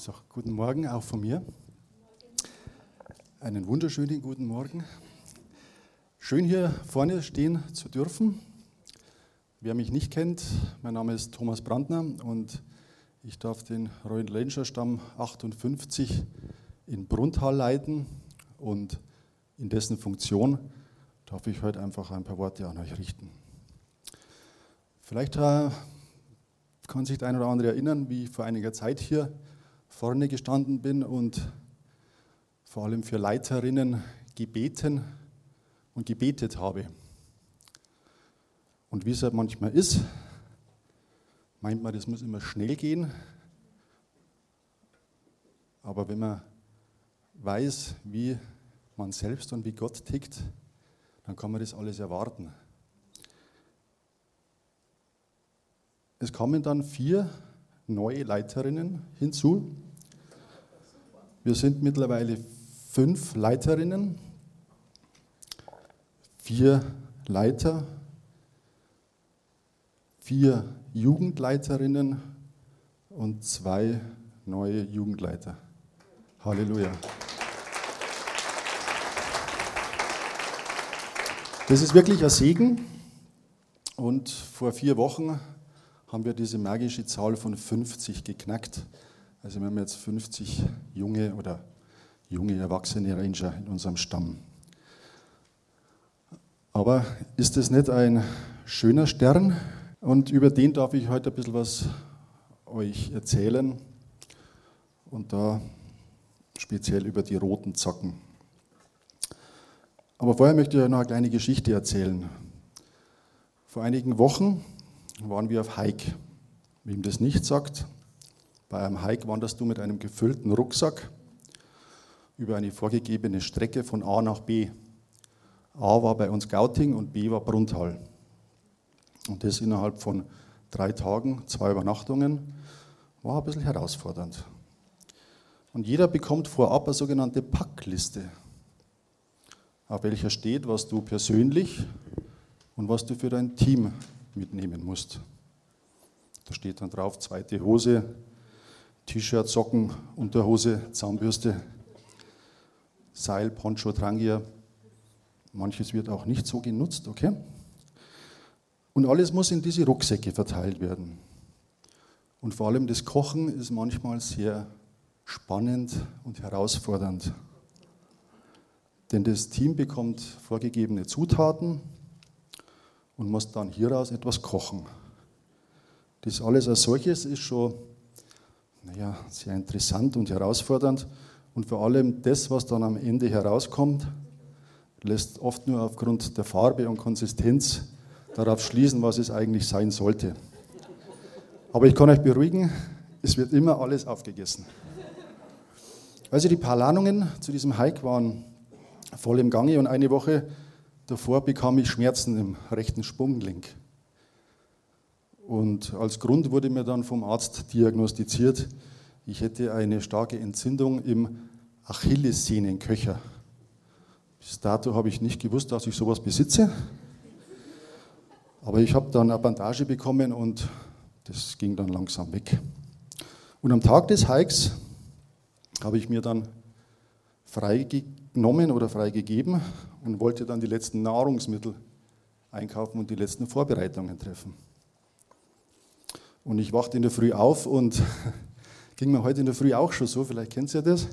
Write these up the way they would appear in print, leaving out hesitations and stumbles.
sage guten Morgen auch von mir. Einen wunderschönen guten Morgen. Schön hier vorne stehen zu dürfen. Wer mich nicht kennt, mein Name ist Thomas Brandner und ich darf den Royal Ranger Stamm 58 in Brunnthal leiten und in dessen Funktion darf ich heute einfach ein paar Worte an euch richten. Vielleicht kann sich der eine oder andere erinnern, wie ich vor einiger Zeit hier vorne gestanden bin und vor allem für Leiterinnen gebeten und gebetet habe. Und wie es halt manchmal ist, meint man, das muss immer schnell gehen. Aber wenn man weiß, wie man selbst und wie Gott tickt, dann kann man das alles erwarten. Es kamen dann 4 neue Leiterinnen hinzu. Wir sind mittlerweile 5 Leiterinnen, 4 Leiter, 4 Jugendleiterinnen und 2 neue Jugendleiter. Halleluja. Das ist wirklich ein Segen und vor 4 Wochen haben wir diese magische Zahl von 50 geknackt. Also wir haben jetzt 50 junge erwachsene Ranger in unserem Stamm. Aber ist das nicht ein schöner Stern? Und über den darf ich heute ein bisschen was euch erzählen. Und da speziell über die roten Zacken. Aber vorher möchte ich euch noch eine kleine Geschichte erzählen. Vor einigen Wochen waren wir auf Hike. Wem das nicht sagt, bei einem Hike wanderst du mit einem gefüllten Rucksack über eine vorgegebene Strecke von A nach B. A war bei uns Gauting und B war Brunnthal. Und das innerhalb von 3 Tagen, 2 Übernachtungen, war ein bisschen herausfordernd. Und jeder bekommt vorab eine sogenannte Packliste, auf welcher steht, was du persönlich und was du für dein Team mitnehmen musst. Da steht dann drauf, zweite Hose, T-Shirt, Socken, Unterhose, Zahnbürste, Seil, Poncho, Trangia. Manches wird auch nicht so genutzt, okay? Und alles muss in diese Rucksäcke verteilt werden. Und vor allem das Kochen ist manchmal sehr spannend und herausfordernd. Denn das Team bekommt vorgegebene Zutaten und muss dann hieraus etwas kochen. Das alles als solches ist schon sehr interessant und herausfordernd. Und vor allem das, was dann am Ende herauskommt, lässt oft nur aufgrund der Farbe und Konsistenz darauf schließen, was es eigentlich sein sollte. Aber ich kann euch beruhigen, es wird immer alles aufgegessen. Also die Planungen zu diesem Hike waren voll im Gange und eine Woche davor bekam ich Schmerzen im rechten Sprunggelenk. Und als Grund wurde mir dann vom Arzt diagnostiziert, ich hätte eine starke Entzündung im Achillessehnenköcher. Bis dato habe ich nicht gewusst, dass ich sowas besitze. Aber ich habe dann eine Bandage bekommen und das ging dann langsam weg. Und am Tag des Hikes habe ich mir dann freigenommen oder freigegeben und wollte dann die letzten Nahrungsmittel einkaufen und die letzten Vorbereitungen treffen. Und ich wachte in der Früh auf und ging mir heute in der Früh auch schon so, vielleicht kennt ihr das.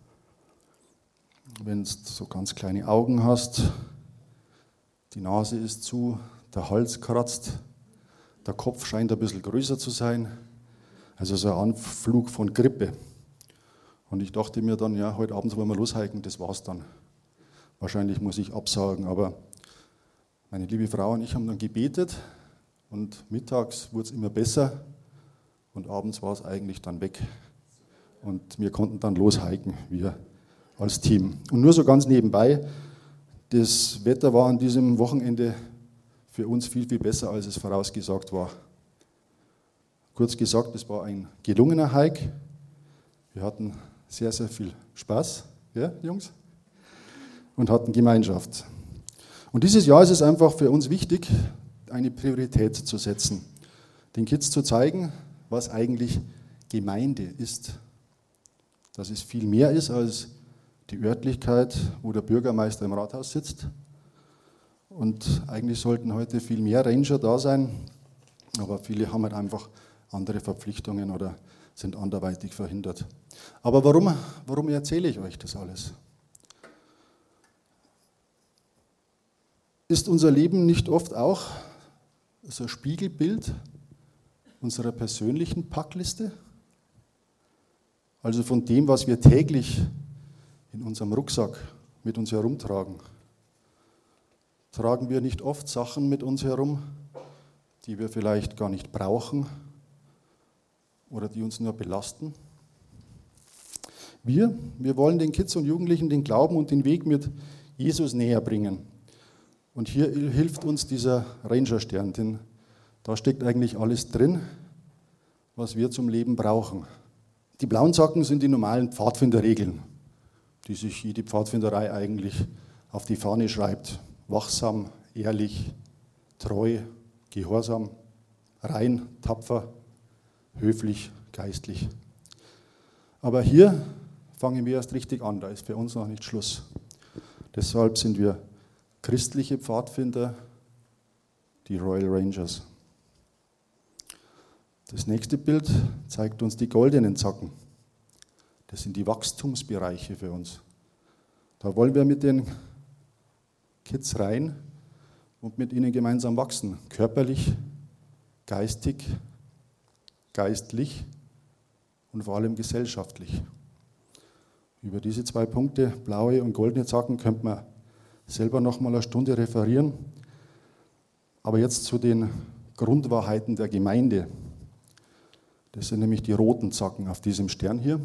Wenn du so ganz kleine Augen hast, die Nase ist zu, der Hals kratzt, der Kopf scheint ein bisschen größer zu sein, also so ein Anflug von Grippe. Und ich dachte mir dann, ja, heute Abend wollen wir loshiken, das war's dann. Wahrscheinlich muss ich absagen, aber meine liebe Frau und ich haben dann gebetet und mittags wurde es immer besser und abends war es eigentlich dann weg. Und wir konnten dann loshiken, wir als Team. Und nur so ganz nebenbei, das Wetter war an diesem Wochenende für uns viel, viel besser, als es vorausgesagt war. Kurz gesagt, es war ein gelungener Hike. Wir hatten sehr, sehr viel Spaß, ja, Jungs? Und hatten Gemeinschaft. Und dieses Jahr ist es einfach für uns wichtig, eine Priorität zu setzen. Den Kids zu zeigen, was eigentlich Gemeinde ist. dass es viel mehr ist als die Örtlichkeit, wo der Bürgermeister im Rathaus sitzt. Und eigentlich sollten heute viel mehr Ranger da sein, aber viele haben halt einfach andere Verpflichtungen oder sind anderweitig verhindert. Aber warum erzähle ich euch das alles? Ist unser Leben nicht oft auch so ein Spiegelbild unserer persönlichen Packliste? Also von dem, was wir täglich in unserem Rucksack mit uns herumtragen. Tragen wir nicht oft Sachen mit uns herum, die wir vielleicht gar nicht brauchen oder die uns nur belasten? Wir wollen den Kids und Jugendlichen den Glauben und den Weg mit Jesus näher bringen. Und hier hilft uns dieser Rangerstern, denn da steckt eigentlich alles drin, was wir zum Leben brauchen. Die blauen Socken sind die normalen Pfadfinderregeln, die sich jede Pfadfinderei eigentlich auf die Fahne schreibt. Wachsam, ehrlich, treu, gehorsam, rein, tapfer, höflich, geistlich. Aber hier fangen wir erst richtig an, da ist für uns noch nicht Schluss. Deshalb sind wir christliche Pfadfinder, die Royal Rangers. Das nächste Bild zeigt uns die goldenen Zacken. Das sind die Wachstumsbereiche für uns. Da wollen wir mit den Kids rein und mit ihnen gemeinsam wachsen. Körperlich, geistig, geistlich und vor allem gesellschaftlich. Über diese 2 Punkte, blaue und goldene Zacken, könnte man selber noch mal eine Stunde referieren. Aber jetzt zu den Grundwahrheiten der Gemeinde. Das sind nämlich die roten Zacken auf diesem Stern hier.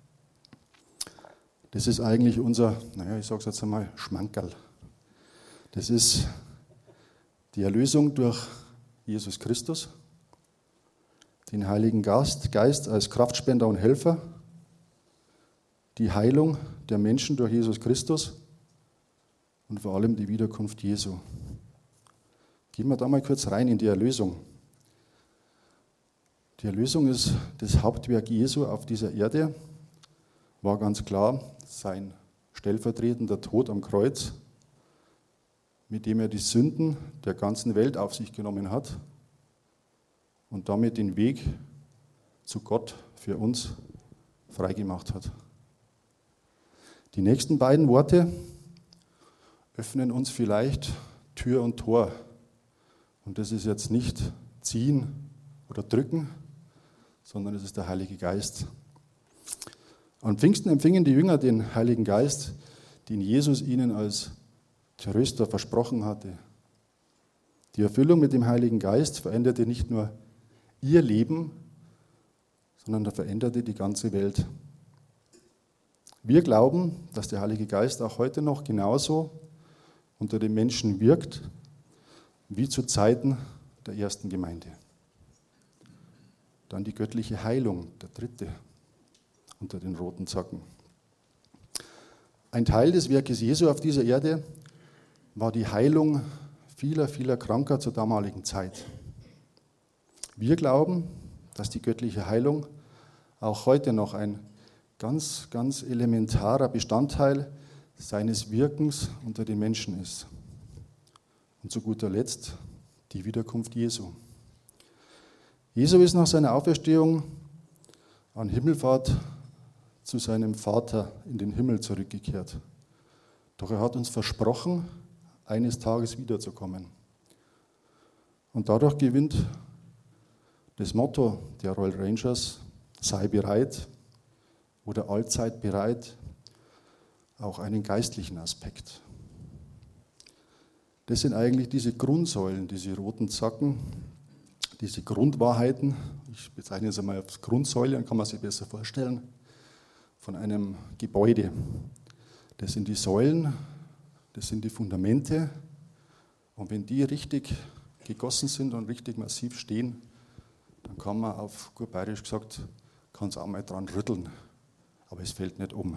Das ist eigentlich unser, ich sage es jetzt einmal, Schmankerl. Das ist die Erlösung durch Jesus Christus, den Heiligen Geist als Kraftspender und Helfer, die Heilung der Menschen durch Jesus Christus und vor allem die Wiederkunft Jesu. Gehen wir da mal kurz rein in die Erlösung. Die Erlösung ist das Hauptwerk Jesu auf dieser Erde, war ganz klar sein stellvertretender Tod am Kreuz, mit dem er die Sünden der ganzen Welt auf sich genommen hat und damit den Weg zu Gott für uns freigemacht hat. Die nächsten beiden Worte öffnen uns vielleicht Tür und Tor. Und das ist jetzt nicht ziehen oder drücken, sondern es ist der Heilige Geist. An Pfingsten empfingen die Jünger den Heiligen Geist, den Jesus ihnen als Tröster versprochen hatte. Die Erfüllung mit dem Heiligen Geist veränderte nicht nur ihr Leben, sondern er veränderte die ganze Welt. Wir glauben, dass der Heilige Geist auch heute noch genauso unter den Menschen wirkt, wie zu Zeiten der ersten Gemeinde. Dann die göttliche Heilung, der dritte unter den roten Zacken. Ein Teil des Werkes Jesu auf dieser Erde war die Heilung vieler, vieler Kranker zur damaligen Zeit. Wir glauben, dass die göttliche Heilung auch heute noch ein ganz, ganz elementarer Bestandteil seines Wirkens unter den Menschen ist. Und zu guter Letzt die Wiederkunft Jesu. Jesu ist nach seiner Auferstehung an Himmelfahrt zu seinem Vater in den Himmel zurückgekehrt. Doch er hat uns versprochen, eines Tages wiederzukommen. Und dadurch gewinnt das Motto der Royal Rangers, sei bereit oder allzeit bereit, auch einen geistlichen Aspekt. Das sind eigentlich diese Grundsäulen, diese roten Zacken, diese Grundwahrheiten. Ich bezeichne es einmal als Grundsäule, dann kann man sich besser vorstellen, von einem Gebäude. Das sind die Säulen, das sind die Fundamente. Und wenn die richtig gegossen sind und richtig massiv stehen, dann kann man auf gut bayerisch gesagt, kann es auch mal dran rütteln, aber es fällt nicht um.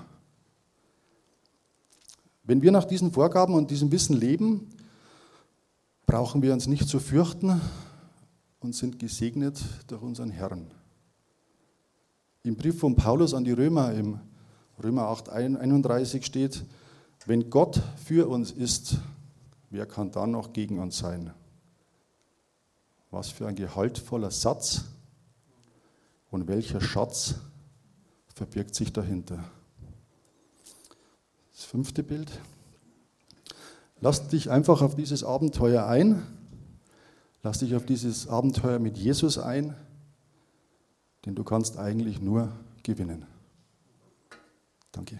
Wenn wir nach diesen Vorgaben und diesem Wissen leben, brauchen wir uns nicht zu fürchten und sind gesegnet durch unseren Herrn. Im Brief von Paulus an die Römer im Römer 8, 31 steht, wenn Gott für uns ist, wer kann dann noch gegen uns sein? Was für ein gehaltvoller Satz und welcher Schatz verbirgt sich dahinter. Das 5. Bild. Lass dich einfach auf dieses Abenteuer ein. Lass dich auf dieses Abenteuer mit Jesus ein, denn du kannst eigentlich nur gewinnen. Danke.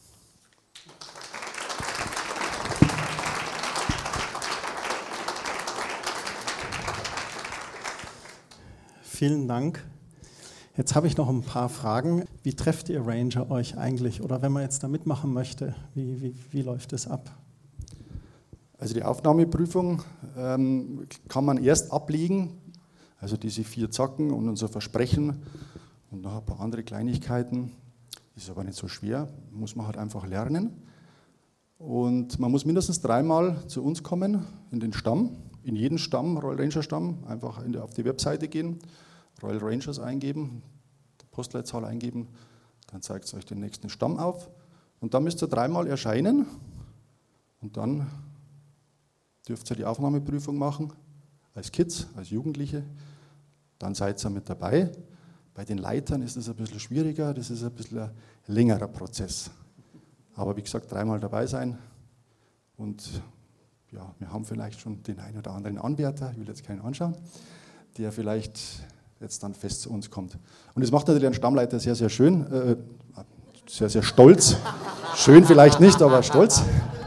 Vielen Dank. Jetzt habe ich noch ein paar Fragen. Wie trefft ihr Ranger euch eigentlich? Oder wenn man jetzt da mitmachen möchte, wie läuft es ab? Also die Aufnahmeprüfung kann man erst ablegen, also diese 4 Zacken und unser Versprechen und noch ein paar andere Kleinigkeiten. Ist aber nicht so schwer, muss man halt einfach lernen. Und man muss mindestens 3-mal zu uns kommen, in den Stamm, in jeden Stamm, Royal Ranger Stamm, einfach auf die Webseite gehen, Royal Rangers eingeben, die Postleitzahl eingeben, dann zeigt es euch den nächsten Stamm auf. Und dann müsst ihr 3-mal erscheinen und dann dürft ihr die Aufnahmeprüfung machen, als Kids, als Jugendliche, dann seid ihr mit dabei. Bei den Leitern ist es ein bisschen schwieriger, das ist ein bisschen ein längerer Prozess. Aber wie gesagt, 3-mal dabei sein und ja, wir haben vielleicht schon den einen oder anderen Anwärter, ich will jetzt keinen anschauen, der vielleicht jetzt dann fest zu uns kommt. Und das macht natürlich einen Stammleiter sehr, sehr schön, sehr, sehr stolz. Schön vielleicht nicht, aber stolz.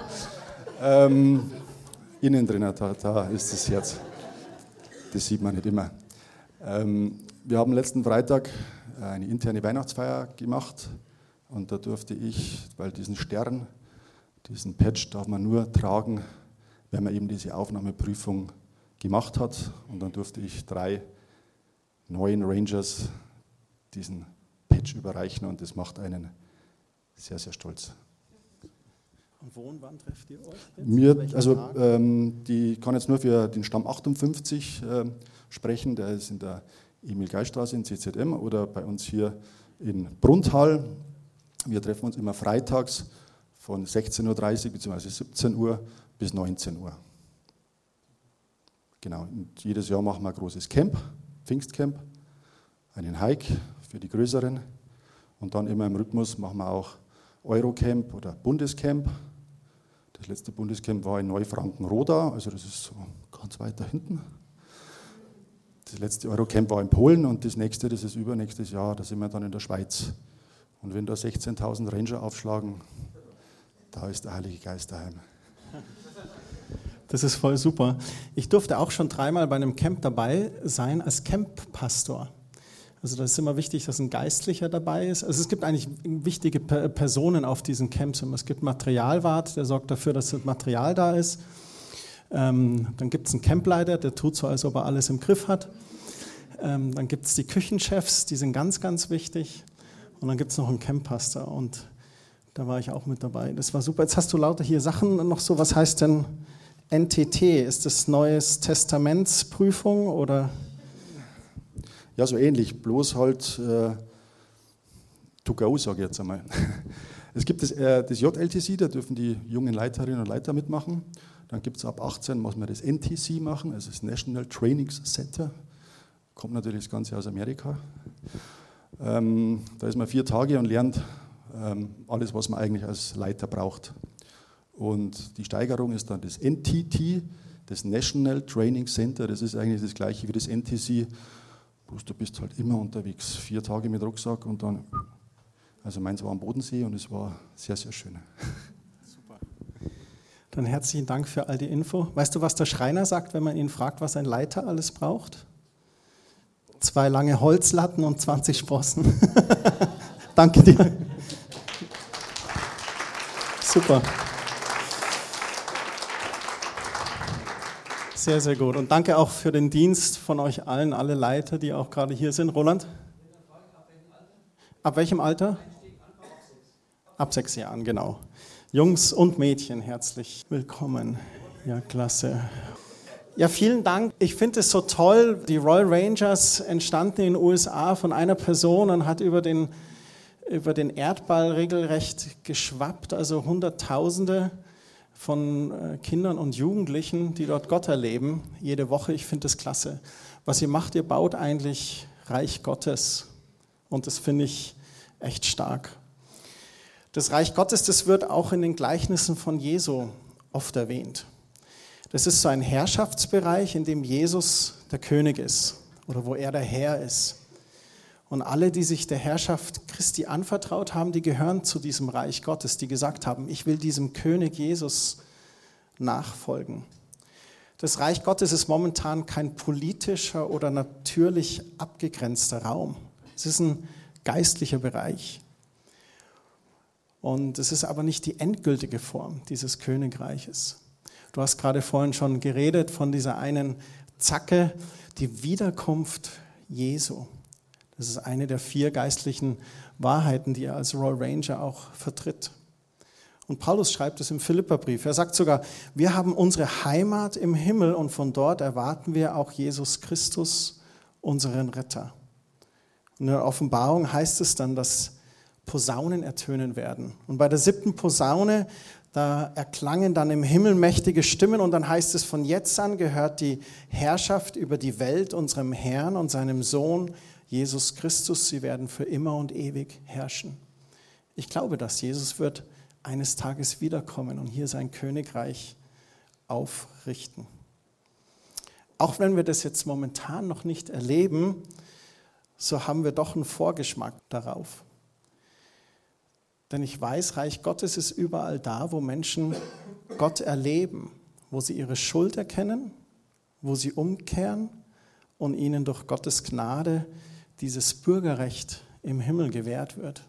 Innen drin, da ist das Herz. Das sieht man nicht immer. Wir haben letzten Freitag eine interne Weihnachtsfeier gemacht und da durfte ich, weil diesen Stern, diesen Patch darf man nur tragen, wenn man eben diese Aufnahmeprüfung gemacht hat. Und dann durfte ich 3 neuen Rangers diesen Patch überreichen und das macht einen sehr, sehr stolz. Und wo und wann trefft ihr euch? Die kann jetzt nur für den Stamm 58 sprechen, der ist in der Emil-Geist-Straße in CZM oder bei uns hier in Brunthal. Wir treffen uns immer freitags von 16:30 Uhr bzw. 17 Uhr bis 19 Uhr. Genau, und jedes Jahr machen wir ein großes Camp, Pfingstcamp, einen Hike für die Größeren und dann immer im Rhythmus machen wir auch Eurocamp oder Bundescamp. Das letzte Bundescamp war in Neufranken-Roda, also das ist so ganz weit da hinten. Das letzte Eurocamp war in Polen und das nächste, das ist übernächstes Jahr, da sind wir dann in der Schweiz. Und wenn da 16.000 Ranger aufschlagen, da ist der Heilige Geist daheim. Das ist voll super. Ich durfte auch schon 3-mal bei einem Camp dabei sein als Camppastor. Also das ist immer wichtig, dass ein Geistlicher dabei ist. Also es gibt eigentlich wichtige Personen auf diesen Camps. Es gibt Materialwart, der sorgt dafür, dass das Material da ist. Dann gibt es einen Campleiter, der tut so, als ob er alles im Griff hat. Dann gibt es die Küchenchefs, die sind ganz, ganz wichtig. Und dann gibt es noch einen Camppastor und da war ich auch mit dabei. Das war super. Jetzt hast du lauter hier Sachen noch so, was heißt denn NTT? Ist das Neues Testamentsprüfung oder? Ja, so ähnlich, bloß halt to go, sage ich jetzt einmal. Es gibt das JLTC, da dürfen die jungen Leiterinnen und Leiter mitmachen. Dann gibt es ab 18, muss man das NTC machen, also das National Training Center. Kommt natürlich das Ganze aus Amerika. Da ist man 4 Tage und lernt alles, was man eigentlich als Leiter braucht. Und die Steigerung ist dann das NTT, das National Training Center. Das ist eigentlich das gleiche wie das NTC. Bloß du bist halt immer unterwegs, 4 Tage mit Rucksack und dann, also meins war am Bodensee und es war sehr, sehr schön. Super. Dann herzlichen Dank für all die Info. Weißt du, was der Schreiner sagt, wenn man ihn fragt, was ein Leiter alles braucht? 2 lange Holzlatten und 20 Sprossen. Danke dir. Super. Sehr, sehr gut. Und danke auch für den Dienst von euch allen, alle Leiter, die auch gerade hier sind. Roland? Ab welchem Alter? Ab 6 Jahren, genau. Jungs und Mädchen, herzlich willkommen. Ja, klasse. Ja, vielen Dank. Ich finde es so toll. Die Royal Rangers entstanden in den USA von einer Person und hat über den über den Erdball regelrecht geschwappt, also Hunderttausende von Kindern und Jugendlichen, die dort Gott erleben, jede Woche. Ich finde das klasse. Was ihr macht, ihr baut eigentlich Reich Gottes und das finde ich echt stark. Das Reich Gottes, das wird auch in den Gleichnissen von Jesu oft erwähnt. Das ist so ein Herrschaftsbereich, in dem Jesus der König ist oder wo er der Herr ist. Und alle, die sich der Herrschaft Christi anvertraut haben, die gehören zu diesem Reich Gottes, die gesagt haben, ich will diesem König Jesus nachfolgen. Das Reich Gottes ist momentan kein politischer oder natürlich abgegrenzter Raum. Es ist ein geistlicher Bereich. Und es ist aber nicht die endgültige Form dieses Königreiches. Du hast gerade vorhin schon geredet von dieser einen Zacke, die Wiederkunft Jesu. Das ist eine der 4 geistlichen Wahrheiten, die er als Royal Ranger auch vertritt. Und Paulus schreibt es im Philipperbrief. Er sagt sogar, wir haben unsere Heimat im Himmel und von dort erwarten wir auch Jesus Christus, unseren Retter. Und in der Offenbarung heißt es dann, dass Posaunen ertönen werden. Und bei der 7. Posaune, da erklangen dann im Himmel mächtige Stimmen und dann heißt es, von jetzt an gehört die Herrschaft über die Welt unserem Herrn und seinem Sohn, Jesus Christus. Sie werden für immer und ewig herrschen. Ich glaube, dass Jesus wird eines Tages wiederkommen und hier sein Königreich aufrichten. Auch wenn wir das jetzt momentan noch nicht erleben, so haben wir doch einen Vorgeschmack darauf. Denn ich weiß, Reich Gottes ist überall da, wo Menschen Gott erleben, wo sie ihre Schuld erkennen, wo sie umkehren und ihnen durch Gottes Gnade dieses Bürgerrecht im Himmel gewährt wird.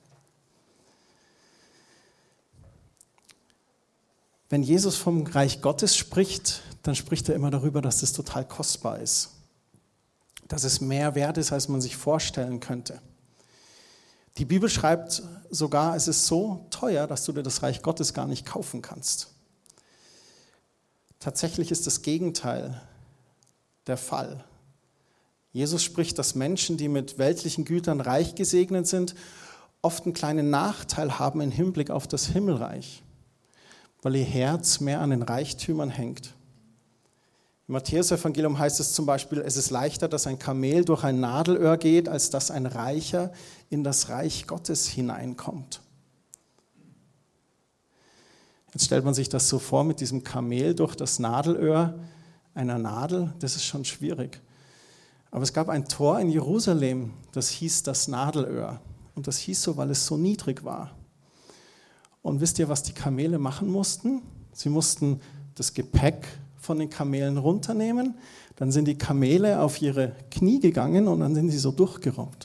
Wenn Jesus vom Reich Gottes spricht, dann spricht er immer darüber, dass es total kostbar ist. Dass es mehr wert ist, als man sich vorstellen könnte. Die Bibel schreibt sogar, es ist so teuer, dass du dir das Reich Gottes gar nicht kaufen kannst. Tatsächlich ist das Gegenteil der Fall. Jesus spricht, dass Menschen, die mit weltlichen Gütern reich gesegnet sind, oft einen kleinen Nachteil haben im Hinblick auf das Himmelreich, weil ihr Herz mehr an den Reichtümern hängt. Im Matthäus-Evangelium heißt es zum Beispiel, es ist leichter, dass ein Kamel durch ein Nadelöhr geht, als dass ein Reicher in das Reich Gottes hineinkommt. Jetzt stellt man sich das so vor, mit diesem Kamel durch das Nadelöhr einer Nadel, das ist schon schwierig. Aber es gab ein Tor in Jerusalem, das hieß das Nadelöhr. Und das hieß so, weil es so niedrig war. Und wisst ihr, was die Kamele machen mussten? Sie mussten das Gepäck von den Kamelen runternehmen. Dann sind die Kamele auf ihre Knie gegangen und dann sind sie so durchgerobbt.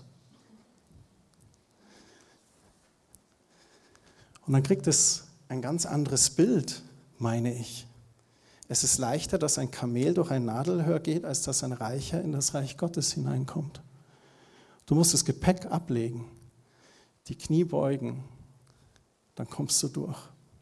Und dann kriegt es ein ganz anderes Bild, meine ich. Es ist leichter, dass ein Kamel durch ein Nadelöhr geht, als dass ein Reicher in das Reich Gottes hineinkommt. Du musst das Gepäck ablegen, die Knie beugen, dann kommst du durch.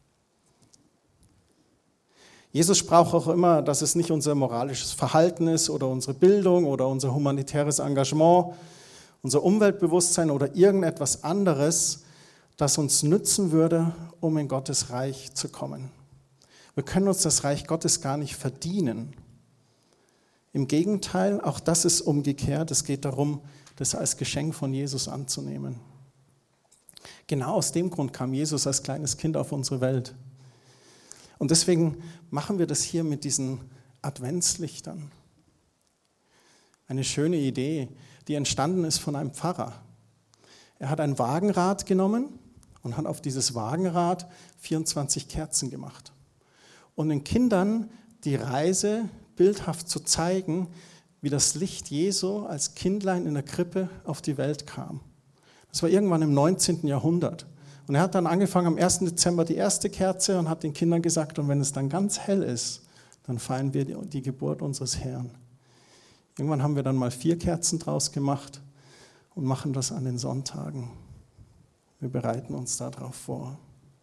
Jesus sprach auch immer, dass es nicht unser moralisches Verhalten ist oder unsere Bildung oder unser humanitäres Engagement, unser Umweltbewusstsein oder irgendetwas anderes, das uns nützen würde, um in Gottes Reich zu kommen. Wir können uns das Reich Gottes gar nicht verdienen. Im Gegenteil, auch das ist umgekehrt. Es geht darum, das als Geschenk von Jesus anzunehmen. Genau aus dem Grund kam Jesus als kleines Kind auf unsere Welt. Und deswegen machen wir das hier mit diesen Adventslichtern. Eine schöne Idee, die entstanden ist von einem Pfarrer. Er hat ein Wagenrad genommen und hat auf dieses Wagenrad 24 Kerzen gemacht. Und den Kindern die Reise bildhaft zu zeigen, wie das Licht Jesu als Kindlein in der Krippe auf die Welt kam. Das war irgendwann im 19. Jahrhundert. Und er hat dann angefangen am 1. Dezember die erste Kerze und hat den Kindern gesagt, und wenn es dann ganz hell ist, dann feiern wir die Geburt unseres Herrn. Irgendwann haben wir dann mal 4 Kerzen draus gemacht und machen das an den Sonntagen. Wir bereiten uns darauf vor.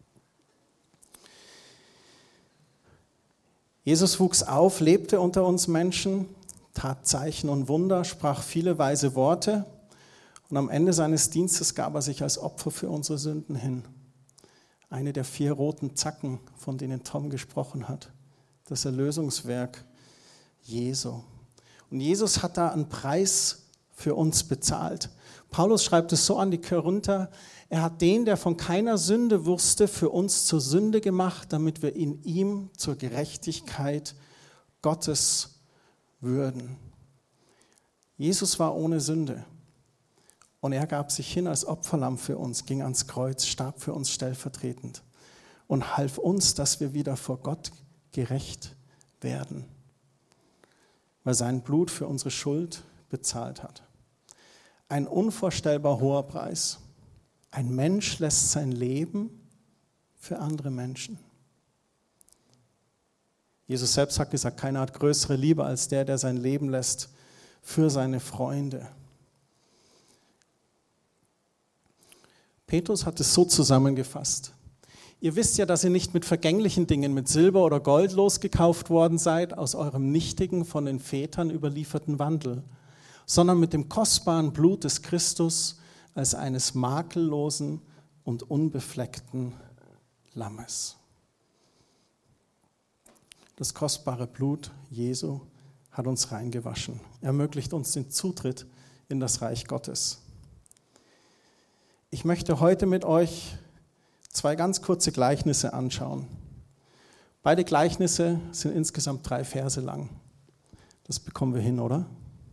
Jesus wuchs auf, lebte unter uns Menschen, tat Zeichen und Wunder, sprach viele weise Worte. Und am Ende seines Dienstes gab er sich als Opfer für unsere Sünden hin. Eine der 4 roten Zacken, von denen Tom gesprochen hat. Das Erlösungswerk Jesu. Und Jesus hat da einen Preis für uns bezahlt. Paulus schreibt es so an die Korinther: Er hat den, der von keiner Sünde wusste, für uns zur Sünde gemacht, damit wir in ihm zur Gerechtigkeit Gottes würden. Jesus war ohne Sünde und er gab sich hin als Opferlamm für uns, ging ans Kreuz, starb für uns stellvertretend und half uns, dass wir wieder vor Gott gerecht werden, weil sein Blut für unsere Schuld bezahlt hat. Ein unvorstellbar hoher Preis. Ein Mensch lässt sein Leben für andere Menschen. Jesus selbst hat gesagt, keiner hat größere Liebe als der sein Leben lässt für seine Freunde. Petrus hat es so zusammengefasst: Ihr wisst ja, dass ihr nicht mit vergänglichen Dingen, mit Silber oder Gold losgekauft worden seid, aus eurem nichtigen, von den Vätern überlieferten Wandel, sondern mit dem kostbaren Blut des Christus als eines makellosen und unbefleckten Lammes. Das kostbare Blut Jesu hat uns reingewaschen, ermöglicht uns den Zutritt in das Reich Gottes. Ich möchte heute mit euch 2 ganz kurze Gleichnisse anschauen. Beide Gleichnisse sind insgesamt 3 Verse lang. Das bekommen wir hin, oder?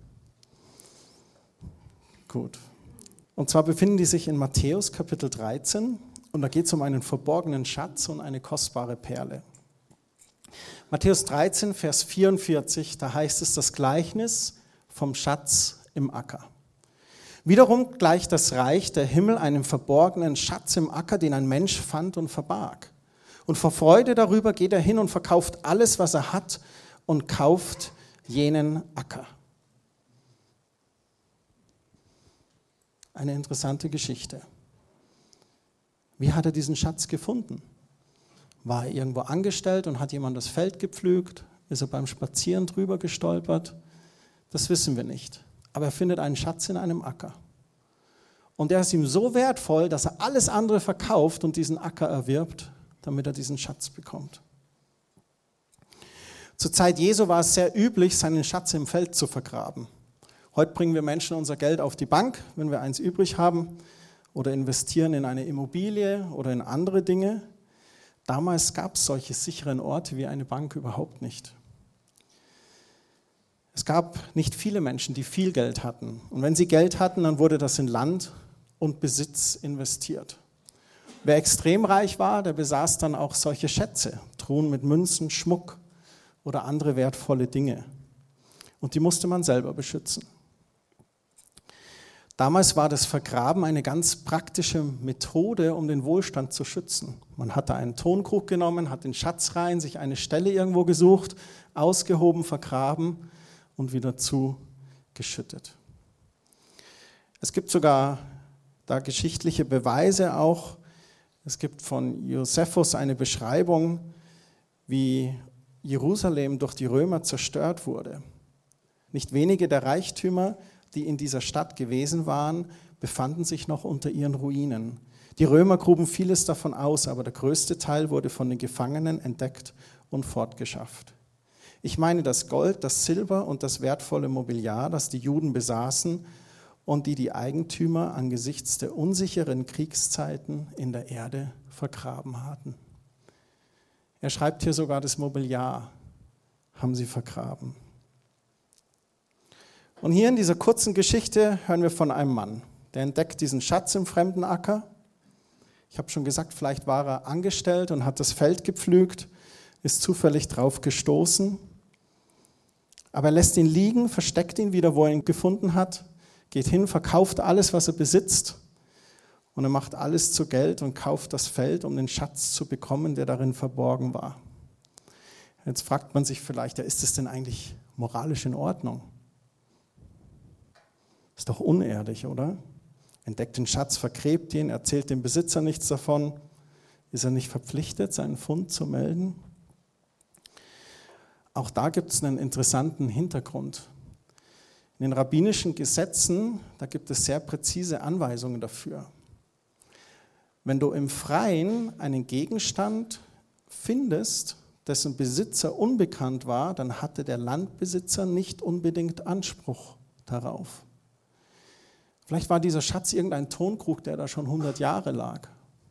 Gut. Und zwar befinden die sich in Matthäus Kapitel 13 und da geht es um einen verborgenen Schatz und eine kostbare Perle. Matthäus 13, Vers 44, da heißt es das Gleichnis vom Schatz im Acker. Wiederum gleicht das Reich der Himmel einem verborgenen Schatz im Acker, den ein Mensch fand und verbarg. Und vor Freude darüber geht er hin und verkauft alles, was er hat, und kauft jenen Acker. Eine interessante Geschichte. Wie hat er diesen Schatz gefunden? War er irgendwo angestellt und hat jemand das Feld gepflügt? Ist er beim Spazieren drüber gestolpert? Das wissen wir nicht. Aber er findet einen Schatz in einem Acker. Und der ist ihm so wertvoll, dass er alles andere verkauft und diesen Acker erwirbt, damit er diesen Schatz bekommt. Zur Zeit Jesu war es sehr üblich, seinen Schatz im Feld zu vergraben. Heute bringen wir Menschen unser Geld auf die Bank, wenn wir eins übrig haben, oder investieren in eine Immobilie oder in andere Dinge. Damals gab es solche sicheren Orte wie eine Bank überhaupt nicht. Es gab nicht viele Menschen, die viel Geld hatten. Und wenn sie Geld hatten, dann wurde das in Land und Besitz investiert. Wer extrem reich war, der besaß dann auch solche Schätze, Truhen mit Münzen, Schmuck oder andere wertvolle Dinge. Und die musste man selber beschützen. Damals war das Vergraben eine ganz praktische Methode, um den Wohlstand zu schützen. Man hat da einen Tonkrug genommen, hat den Schatz rein, sich eine Stelle irgendwo gesucht, ausgehoben, vergraben und wieder zugeschüttet. Es gibt sogar da geschichtliche Beweise auch. Es gibt von Josephus eine Beschreibung, wie Jerusalem durch die Römer zerstört wurde. Nicht wenige der Reichtümer, die in dieser Stadt gewesen waren, befanden sich noch unter ihren Ruinen. Die Römer gruben vieles davon aus, aber der größte Teil wurde von den Gefangenen entdeckt und fortgeschafft. Ich meine das Gold, das Silber und das wertvolle Mobiliar, das die Juden besaßen und die Eigentümer angesichts der unsicheren Kriegszeiten in der Erde vergraben hatten. Er schreibt hier sogar, das Mobiliar haben sie vergraben. Und hier in dieser kurzen Geschichte hören wir von einem Mann, der entdeckt diesen Schatz im fremden Acker. Ich habe schon gesagt, vielleicht war er angestellt und hat das Feld gepflügt, ist zufällig drauf gestoßen. Aber er lässt ihn liegen, versteckt ihn wieder, wo er ihn gefunden hat, geht hin, verkauft alles, was er besitzt und er macht alles zu Geld und kauft das Feld, um den Schatz zu bekommen, der darin verborgen war. Jetzt fragt man sich vielleicht, ja, ist das denn eigentlich moralisch in Ordnung? Ist doch unehrlich, oder? Entdeckt den Schatz, vergräbt ihn, erzählt dem Besitzer nichts davon. Ist er nicht verpflichtet, seinen Fund zu melden? Auch da gibt es einen interessanten Hintergrund. In den rabbinischen Gesetzen, da gibt es sehr präzise Anweisungen dafür. Wenn du im Freien einen Gegenstand findest, dessen Besitzer unbekannt war, dann hatte der Landbesitzer nicht unbedingt Anspruch darauf. Vielleicht war dieser Schatz irgendein Tonkrug, der da schon 100 Jahre lag.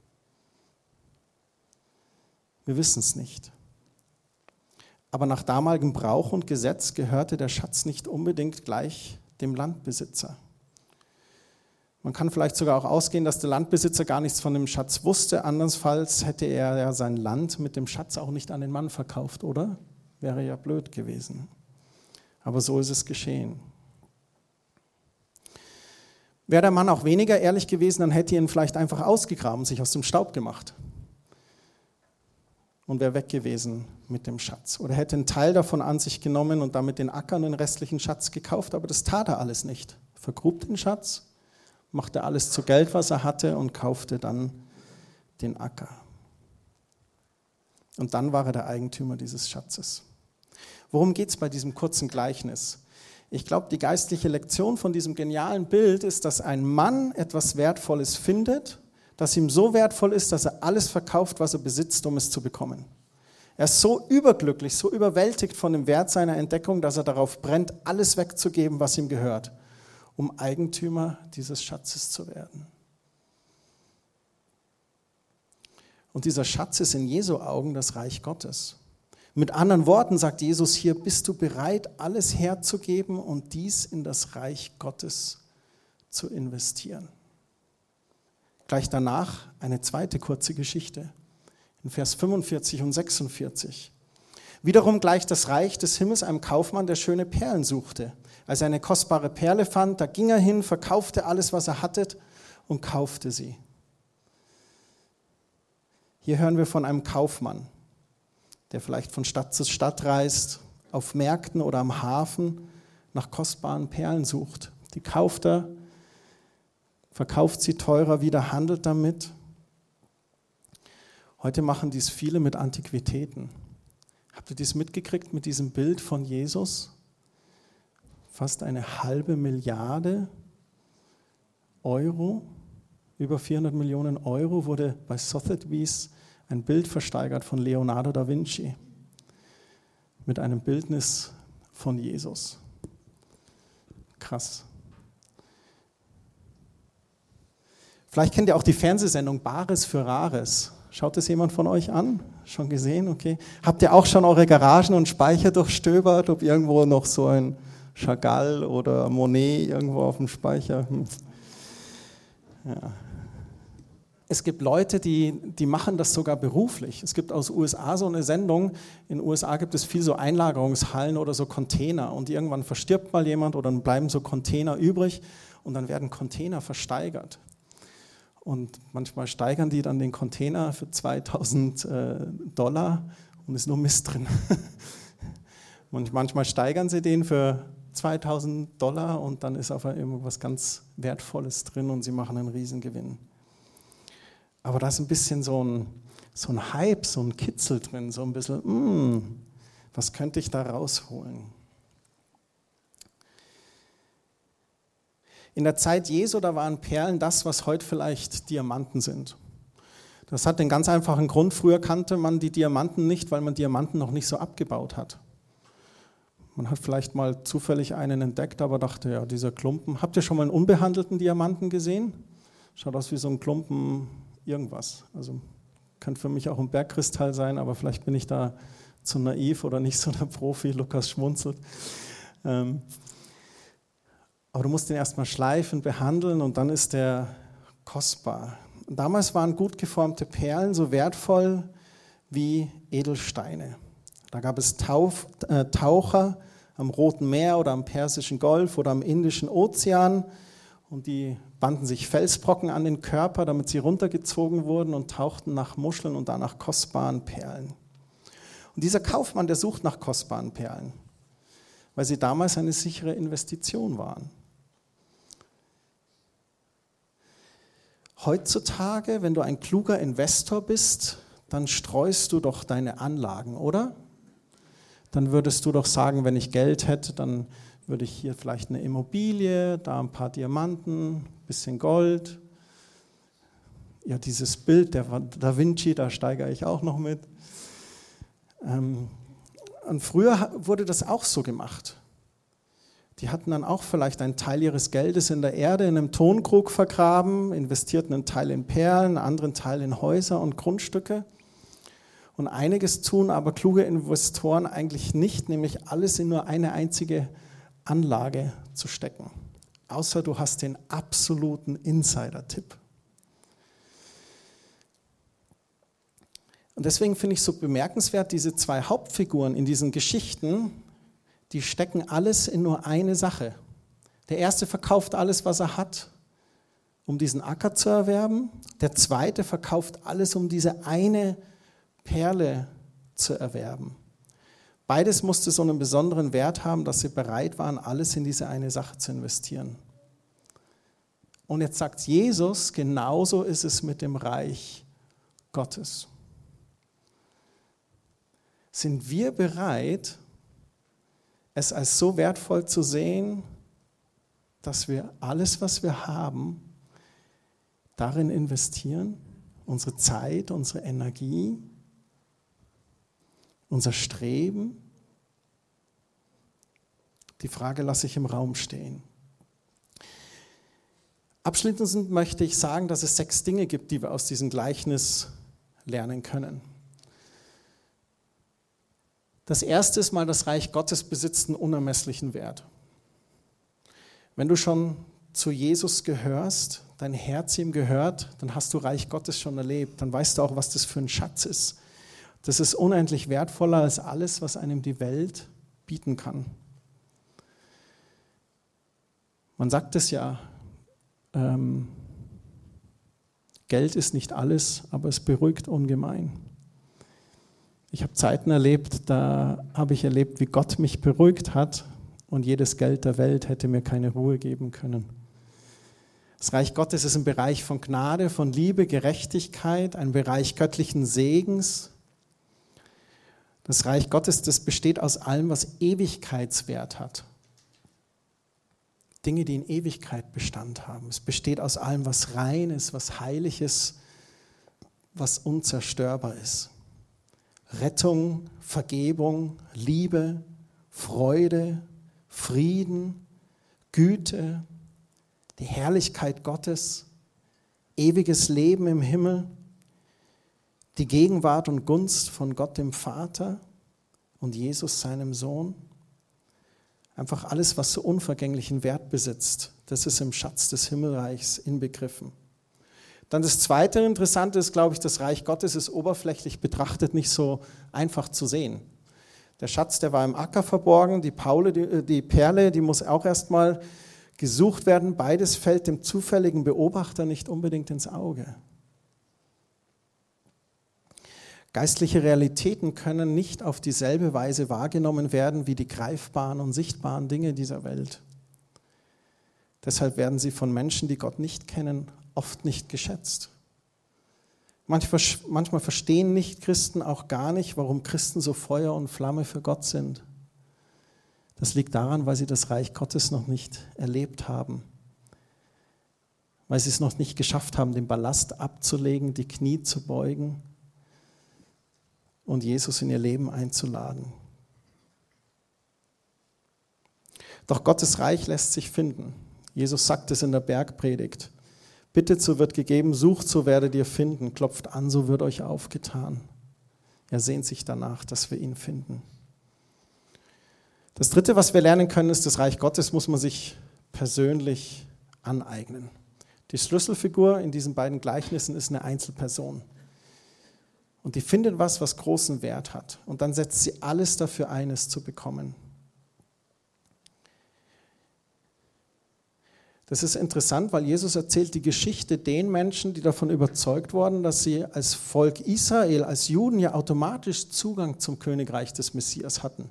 Wir wissen es nicht. Aber nach damaligem Brauch und Gesetz gehörte der Schatz nicht unbedingt gleich dem Landbesitzer. Man kann vielleicht sogar auch ausgehen, dass der Landbesitzer gar nichts von dem Schatz wusste. Andernfalls hätte er ja sein Land mit dem Schatz auch nicht an den Mann verkauft, oder? Wäre ja blöd gewesen. Aber so ist es geschehen. Wäre der Mann auch weniger ehrlich gewesen, dann hätte er ihn vielleicht einfach ausgegraben, sich aus dem Staub gemacht. Und wäre weg gewesen mit dem Schatz. Oder hätte einen Teil davon an sich genommen und damit den Acker und den restlichen Schatz gekauft. Aber das tat er alles nicht. Vergrub den Schatz, machte alles zu Geld, was er hatte, und kaufte dann den Acker. Und dann war er der Eigentümer dieses Schatzes. Worum geht es bei diesem kurzen Gleichnis? Ich glaube, die geistliche Lektion von diesem genialen Bild ist, dass ein Mann etwas Wertvolles findet, das ihm so wertvoll ist, dass er alles verkauft, was er besitzt, um es zu bekommen. Er ist so überglücklich, so überwältigt von dem Wert seiner Entdeckung, dass er darauf brennt, alles wegzugeben, was ihm gehört, um Eigentümer dieses Schatzes zu werden. Und dieser Schatz ist in Jesu Augen das Reich Gottes. Mit anderen Worten sagt Jesus hier, bist du bereit, alles herzugeben und dies in das Reich Gottes zu investieren? Gleich danach eine zweite kurze Geschichte, in Vers 45 und 46. Wiederum gleicht das Reich des Himmels einem Kaufmann, der schöne Perlen suchte. Als er eine kostbare Perle fand, da ging er hin, verkaufte alles, was er hatte, und kaufte sie. Hier hören wir von einem Kaufmann, der vielleicht von Stadt zu Stadt reist, auf Märkten oder am Hafen nach kostbaren Perlen sucht. Die kauft er, verkauft sie teurer wieder, handelt damit. Heute machen dies viele mit Antiquitäten. Habt ihr dies mitgekriegt mit diesem Bild von Jesus? Fast 1/2 Milliarde Euro, über 400 Millionen Euro, wurde bei Sotheby's ein Bild versteigert von Leonardo da Vinci mit einem Bildnis von Jesus. Krass. Vielleicht kennt ihr auch die Fernsehsendung Bares für Rares. Schaut das jemand von euch an? Schon gesehen? Okay. Habt ihr auch schon eure Garagen und Speicher durchstöbert, ob irgendwo noch so ein Chagall oder Monet irgendwo auf dem Speicher? Ja. Es gibt Leute, die machen das sogar beruflich. Es gibt aus USA so eine Sendung, in den USA gibt es viel so Einlagerungshallen oder so Container und irgendwann verstirbt mal jemand oder dann bleiben so Container übrig und dann werden Container versteigert. Und manchmal steigern die dann den Container für $2.000 und ist nur Mist drin. Und manchmal steigern sie den für $2.000 und dann ist auf einmal irgendwas ganz Wertvolles drin und sie machen einen Riesengewinn. Aber da ist ein bisschen so ein Hype, so ein Kitzel drin, so ein bisschen, was könnte ich da rausholen? In der Zeit Jesu, da waren Perlen das, was heute vielleicht Diamanten sind. Das hat den ganz einfachen Grund, früher kannte man die Diamanten nicht, weil man Diamanten noch nicht so abgebaut hat. Man hat vielleicht mal zufällig einen entdeckt, aber dachte, ja, dieser Klumpen. Habt ihr schon mal einen unbehandelten Diamanten gesehen? Schaut aus wie so ein Klumpen irgendwas. Also könnte für mich auch ein Bergkristall sein, aber vielleicht bin ich da zu naiv oder nicht so der Profi. Lukas schmunzelt. Aber du musst den erstmal schleifen, behandeln und dann ist der kostbar. Und damals waren gut geformte Perlen so wertvoll wie Edelsteine. Da gab es Taucher am Roten Meer oder am Persischen Golf oder am Indischen Ozean und die banden sich Felsbrocken an den Körper, damit sie runtergezogen wurden und tauchten nach Muscheln und dann nach kostbaren Perlen. Und dieser Kaufmann, der sucht nach kostbaren Perlen, weil sie damals eine sichere Investition waren. Heutzutage, wenn du ein kluger Investor bist, dann streust du doch deine Anlagen, oder? Dann würdest du doch sagen, wenn ich Geld hätte, dann würde ich hier vielleicht eine Immobilie, da ein paar Diamanten, ein bisschen Gold. Ja, dieses Bild der Da Vinci, da steigere ich auch noch mit. Und früher wurde das auch so gemacht. Die hatten dann auch vielleicht einen Teil ihres Geldes in der Erde in einem Tonkrug vergraben, investierten einen Teil in Perlen, einen anderen Teil in Häuser und Grundstücke. Und einiges tun aber kluge Investoren eigentlich nicht, nämlich alles in nur eine einzige Anlage zu stecken. Außer du hast den absoluten Insider-Tipp. Und deswegen finde ich so bemerkenswert, diese zwei Hauptfiguren in diesen Geschichten, die stecken alles in nur eine Sache. Der erste verkauft alles, was er hat, um diesen Acker zu erwerben. Der zweite verkauft alles, um diese eine Perle zu erwerben. Beides musste so einen besonderen Wert haben, dass sie bereit waren, alles in diese eine Sache zu investieren. Und jetzt sagt Jesus, genauso ist es mit dem Reich Gottes. Sind wir bereit, es als so wertvoll zu sehen, dass wir alles, was wir haben, darin investieren? Unsere Zeit, unsere Energie, unser Streben? Die Frage lasse ich im Raum stehen. Abschließend möchte ich sagen, dass es 6 Dinge gibt, die wir aus diesem Gleichnis lernen können. Das erste ist mal, das Reich Gottes besitzt einen unermesslichen Wert. Wenn du schon zu Jesus gehörst, dein Herz ihm gehört, dann hast du Reich Gottes schon erlebt. Dann weißt du auch, was das für ein Schatz ist. Das ist unendlich wertvoller als alles, was einem die Welt bieten kann. Man sagt es ja, Geld ist nicht alles, aber es beruhigt ungemein. Ich habe Zeiten erlebt, da habe ich erlebt, wie Gott mich beruhigt hat und jedes Geld der Welt hätte mir keine Ruhe geben können. Das Reich Gottes ist ein Bereich von Gnade, von Liebe, Gerechtigkeit, ein Bereich göttlichen Segens. Das Reich Gottes, das besteht aus allem, was Ewigkeitswert hat. Dinge, die in Ewigkeit Bestand haben. Es besteht aus allem, was rein ist, was heilig ist, was unzerstörbar ist. Rettung, Vergebung, Liebe, Freude, Frieden, Güte, die Herrlichkeit Gottes, ewiges Leben im Himmel, die Gegenwart und Gunst von Gott dem Vater und Jesus seinem Sohn. Einfach alles, was so unvergänglichen Wert besitzt, das ist im Schatz des Himmelreichs inbegriffen. Dann das zweite Interessante ist, glaube ich, das Reich Gottes ist oberflächlich betrachtet nicht so einfach zu sehen. Der Schatz, der war im Acker verborgen, die Perle, die muss auch erstmal gesucht werden. Beides fällt dem zufälligen Beobachter nicht unbedingt ins Auge. Geistliche Realitäten können nicht auf dieselbe Weise wahrgenommen werden wie die greifbaren und sichtbaren Dinge dieser Welt. Deshalb werden sie von Menschen, die Gott nicht kennen, oft nicht geschätzt. Manchmal verstehen Nicht-Christen auch gar nicht, warum Christen so Feuer und Flamme für Gott sind. Das liegt daran, weil sie das Reich Gottes noch nicht erlebt haben. Weil sie es noch nicht geschafft haben, den Ballast abzulegen, die Knie zu beugen und Jesus in ihr Leben einzuladen. Doch Gottes Reich lässt sich finden. Jesus sagt es in der Bergpredigt. Bittet, so wird gegeben, sucht, so werdet ihr finden, klopft an, so wird euch aufgetan. Er sehnt sich danach, dass wir ihn finden. Das Dritte, was wir lernen können, ist, das Reich Gottes muss man sich persönlich aneignen. Die Schlüsselfigur in diesen beiden Gleichnissen ist eine Einzelperson. Und die findet was großen Wert hat. Und dann setzt sie alles dafür ein, es zu bekommen. Das ist interessant, weil Jesus erzählt die Geschichte den Menschen, die davon überzeugt wurden, dass sie als Volk Israel, als Juden ja automatisch Zugang zum Königreich des Messias hatten.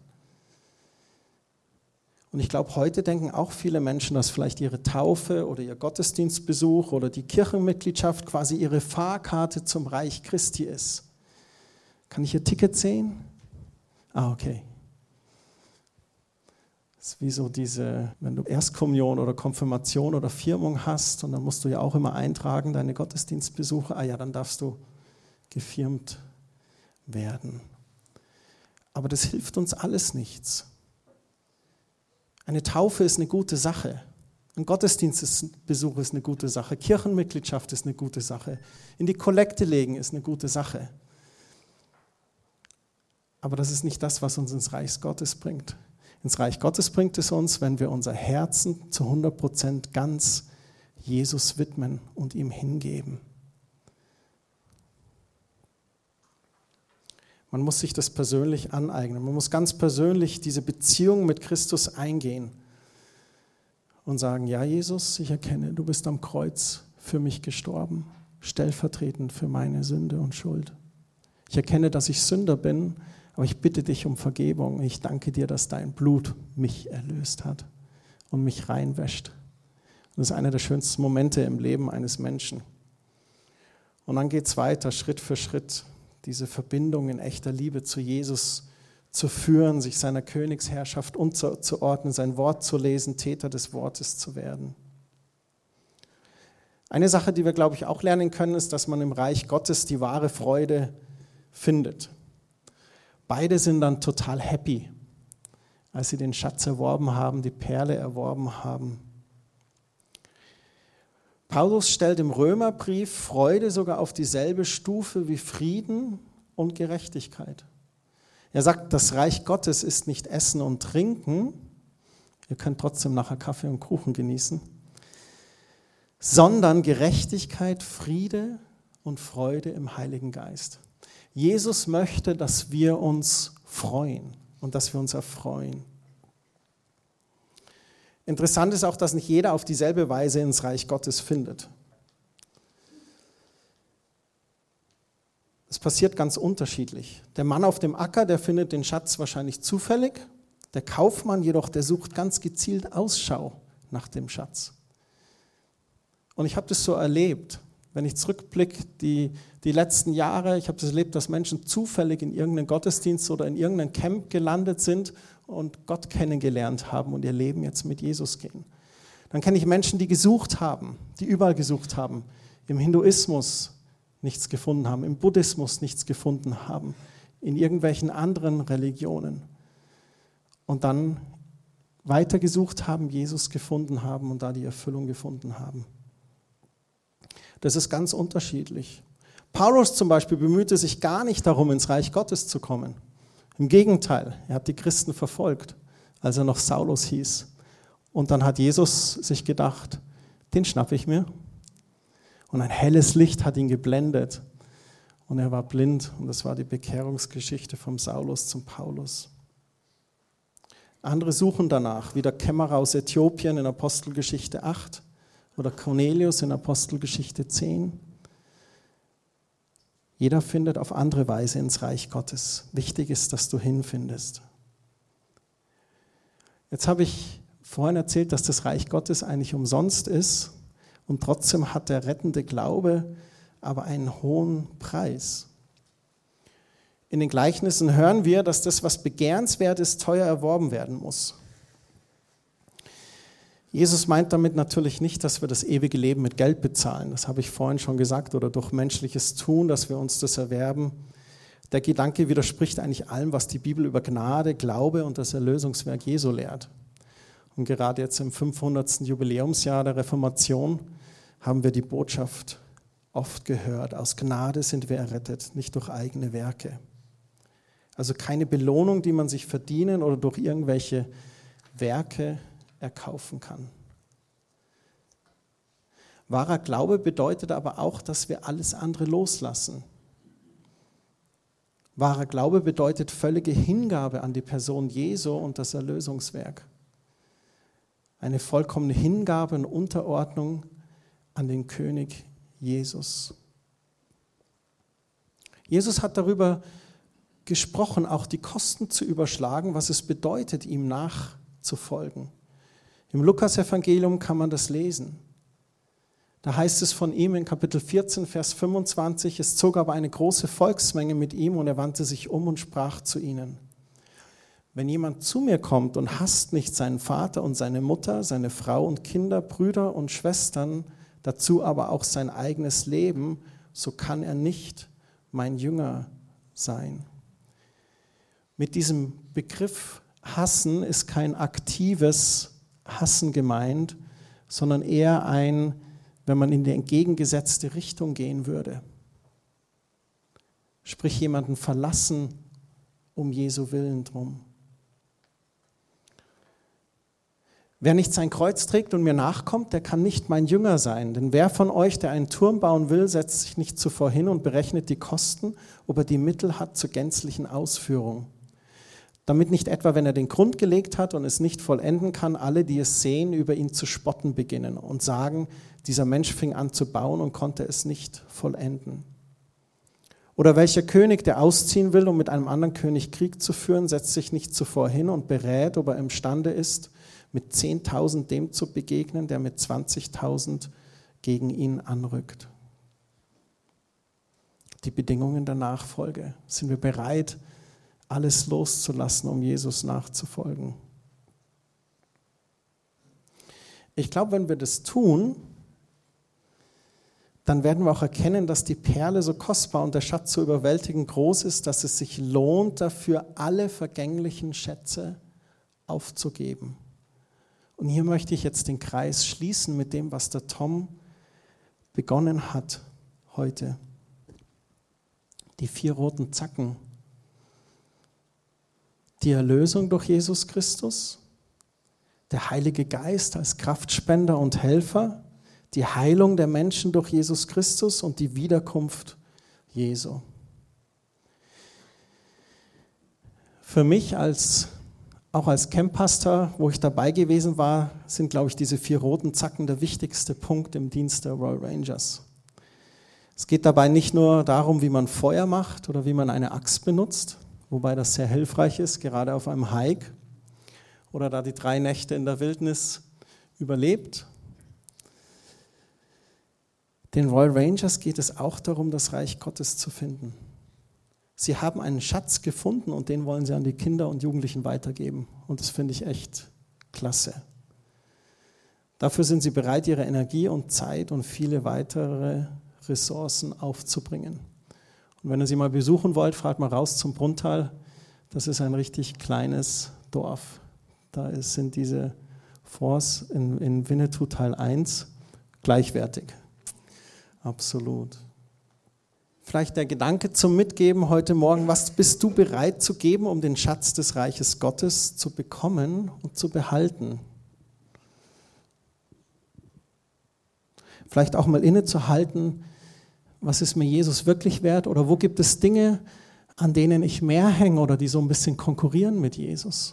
Und ich glaube, heute denken auch viele Menschen, dass vielleicht ihre Taufe oder ihr Gottesdienstbesuch oder die Kirchenmitgliedschaft quasi ihre Fahrkarte zum Reich Christi ist. Kann ich Ihr Ticket sehen? Ah, okay. Das ist wie so wenn du Erstkommunion oder Konfirmation oder Firmung hast und dann musst du ja auch immer eintragen, deine Gottesdienstbesuche, dann darfst du gefirmt werden. Aber das hilft uns alles nichts. Eine Taufe ist eine gute Sache. Ein Gottesdienstbesuch ist eine gute Sache. Kirchenmitgliedschaft ist eine gute Sache. In die Kollekte legen ist eine gute Sache. Aber das ist nicht das, was uns ins Reich Gottes bringt. Ins Reich Gottes bringt es uns, wenn wir unser Herzen zu 100% ganz Jesus widmen und ihm hingeben. Man muss sich das persönlich aneignen. Man muss ganz persönlich diese Beziehung mit Christus eingehen und sagen, ja Jesus, ich erkenne, du bist am Kreuz für mich gestorben, stellvertretend für meine Sünde und Schuld. Ich erkenne, dass ich Sünder bin, aber ich bitte dich um Vergebung. Ich danke dir, dass dein Blut mich erlöst hat und mich reinwäscht. Und das ist einer der schönsten Momente im Leben eines Menschen. Und dann geht es weiter, Schritt für Schritt, diese Verbindung in echter Liebe zu Jesus zu führen, sich seiner Königsherrschaft unterzuordnen, sein Wort zu lesen, Täter des Wortes zu werden. Eine Sache, die wir, glaube ich, auch lernen können, ist, dass man im Reich Gottes die wahre Freude findet. Beide sind dann total happy, als sie den Schatz erworben haben, die Perle erworben haben. Paulus stellt im Römerbrief Freude sogar auf dieselbe Stufe wie Frieden und Gerechtigkeit. Er sagt, das Reich Gottes ist nicht Essen und Trinken, ihr könnt trotzdem nachher Kaffee und Kuchen genießen, sondern Gerechtigkeit, Friede und Freude im Heiligen Geist. Jesus möchte, dass wir uns freuen und dass wir uns erfreuen. Interessant ist auch, dass nicht jeder auf dieselbe Weise ins Reich Gottes findet. Es passiert ganz unterschiedlich. Der Mann auf dem Acker, der findet den Schatz wahrscheinlich zufällig. Der Kaufmann jedoch, der sucht ganz gezielt Ausschau nach dem Schatz. Und ich habe das so erlebt. Wenn ich zurückblicke, die letzten Jahre, ich habe das erlebt, dass Menschen zufällig in irgendeinen Gottesdienst oder in irgendein Camp gelandet sind und Gott kennengelernt haben und ihr Leben jetzt mit Jesus gehen. Dann kenne ich Menschen, die gesucht haben, die überall gesucht haben, im Hinduismus nichts gefunden haben, im Buddhismus nichts gefunden haben, in irgendwelchen anderen Religionen und dann weitergesucht haben, Jesus gefunden haben und da die Erfüllung gefunden haben. Das ist ganz unterschiedlich. Paulus zum Beispiel bemühte sich gar nicht darum, ins Reich Gottes zu kommen. Im Gegenteil, er hat die Christen verfolgt, als er noch Saulus hieß. Und dann hat Jesus sich gedacht, den schnappe ich mir. Und ein helles Licht hat ihn geblendet. Und er war blind. Und das war die Bekehrungsgeschichte vom Saulus zum Paulus. Andere suchen danach, wie der Kämmerer aus Äthiopien in Apostelgeschichte 8 oder Cornelius in Apostelgeschichte 10. Jeder findet auf andere Weise ins Reich Gottes. Wichtig ist, dass du hinfindest. Jetzt habe ich vorhin erzählt, dass das Reich Gottes eigentlich umsonst ist und trotzdem hat der rettende Glaube aber einen hohen Preis. In den Gleichnissen hören wir, dass das, was begehrenswert ist, teuer erworben werden muss. Jesus meint damit natürlich nicht, dass wir das ewige Leben mit Geld bezahlen. Das habe ich vorhin schon gesagt, oder durch menschliches Tun, dass wir uns das erwerben. Der Gedanke widerspricht eigentlich allem, was die Bibel über Gnade, Glaube und das Erlösungswerk Jesu lehrt. Und gerade jetzt im 500. Jubiläumsjahr der Reformation haben wir die Botschaft oft gehört. Aus Gnade sind wir errettet, nicht durch eigene Werke. Also keine Belohnung, die man sich verdienen oder durch irgendwelche Werke erkaufen kann. Wahrer Glaube bedeutet aber auch, dass wir alles andere loslassen. Wahrer Glaube bedeutet völlige Hingabe an die Person Jesu und das Erlösungswerk. Eine vollkommene Hingabe und Unterordnung an den König Jesus. Jesus hat darüber gesprochen, auch die Kosten zu überschlagen, was es bedeutet, ihm nachzufolgen. Im Lukas-Evangelium kann man das lesen. Da heißt es von ihm in Kapitel 14, Vers 25, es zog aber eine große Volksmenge mit ihm und er wandte sich um und sprach zu ihnen. wenn jemand zu mir kommt und hasst nicht seinen Vater und seine Mutter, seine Frau und Kinder, Brüder und Schwestern, dazu aber auch sein eigenes Leben, so kann er nicht mein Jünger sein. Mit diesem Begriff Hassen ist kein aktives Hassen gemeint, sondern eher ein, wenn man in die entgegengesetzte Richtung gehen würde. Sprich, jemanden verlassen um Jesu Willen drum. Wer nicht sein Kreuz trägt und mir nachkommt, der kann nicht mein Jünger sein. Denn wer von euch, der einen Turm bauen will, setzt sich nicht zuvor hin und berechnet die Kosten, ob er die Mittel hat zur gänzlichen Ausführung. Damit nicht etwa, wenn er den Grund gelegt hat und es nicht vollenden kann, alle, die es sehen, über ihn zu spotten beginnen und sagen, dieser Mensch fing an zu bauen und konnte es nicht vollenden. Oder welcher König, der ausziehen will, um mit einem anderen König Krieg zu führen, setzt sich nicht zuvor hin und berät, ob er imstande ist, mit 10.000 dem zu begegnen, der mit 20.000 gegen ihn anrückt. Die Bedingungen der Nachfolge. Sind wir bereit, alles loszulassen, um Jesus nachzufolgen? Ich glaube, wenn wir das tun, dann werden wir auch erkennen, dass die Perle so kostbar und der Schatz so überwältigend groß ist, dass es sich lohnt, dafür alle vergänglichen Schätze aufzugeben. Und hier möchte ich jetzt den Kreis schließen mit dem, was der Tom begonnen hat heute. Die 4 roten Zacken. Die Erlösung durch Jesus Christus, der Heilige Geist als Kraftspender und Helfer, die Heilung der Menschen durch Jesus Christus und die Wiederkunft Jesu. Für mich auch als Camppastor, wo ich dabei gewesen war, sind, glaube ich, diese 4 roten Zacken der wichtigste Punkt im Dienst der Royal Rangers. Es geht dabei nicht nur darum, wie man Feuer macht oder wie man eine Axt benutzt, wobei das sehr hilfreich ist, gerade auf einem Hike oder da die 3 Nächte in der Wildnis überlebt. Den Royal Rangers geht es auch darum, das Reich Gottes zu finden. Sie haben einen Schatz gefunden und den wollen sie an die Kinder und Jugendlichen weitergeben. Und das finde ich echt klasse. Dafür sind sie bereit, ihre Energie und Zeit und viele weitere Ressourcen aufzubringen. Und wenn ihr sie mal besuchen wollt, fahrt mal raus zum Brunntal. Das ist ein richtig kleines Dorf. Da sind diese Forts in Winnetou Teil 1 gleichwertig. Absolut. Vielleicht der Gedanke zum Mitgeben heute Morgen, was bist du bereit zu geben, um den Schatz des Reiches Gottes zu bekommen und zu behalten? Vielleicht auch mal innezuhalten, was ist mir Jesus wirklich wert oder wo gibt es Dinge, an denen ich mehr hänge oder die so ein bisschen konkurrieren mit Jesus?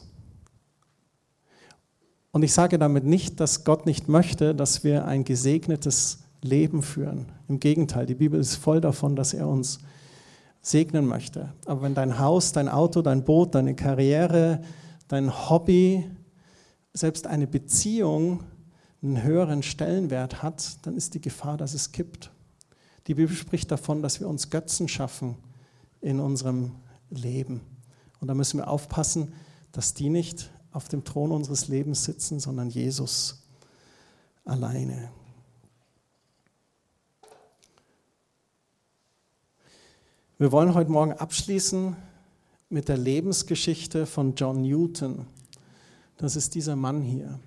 Und ich sage damit nicht, dass Gott nicht möchte, dass wir ein gesegnetes Leben führen. Im Gegenteil, die Bibel ist voll davon, dass er uns segnen möchte. Aber wenn dein Haus, dein Auto, dein Boot, deine Karriere, dein Hobby, selbst eine Beziehung einen höheren Stellenwert hat, dann ist die Gefahr, dass es kippt. Die Bibel spricht davon, dass wir uns Götzen schaffen in unserem Leben. Und da müssen wir aufpassen, dass die nicht auf dem Thron unseres Lebens sitzen, sondern Jesus alleine. Wir wollen heute Morgen abschließen mit der Lebensgeschichte von John Newton. Das ist dieser Mann hier.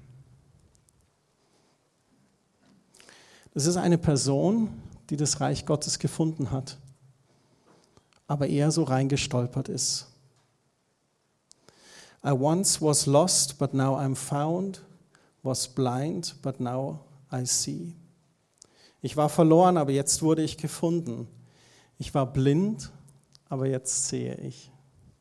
Das ist eine Person, die das Reich Gottes gefunden hat, aber eher so reingestolpert ist. I once was lost, but now I'm found, was blind, but now I see. Ich war verloren, aber jetzt wurde ich gefunden. Ich war blind, aber jetzt sehe ich.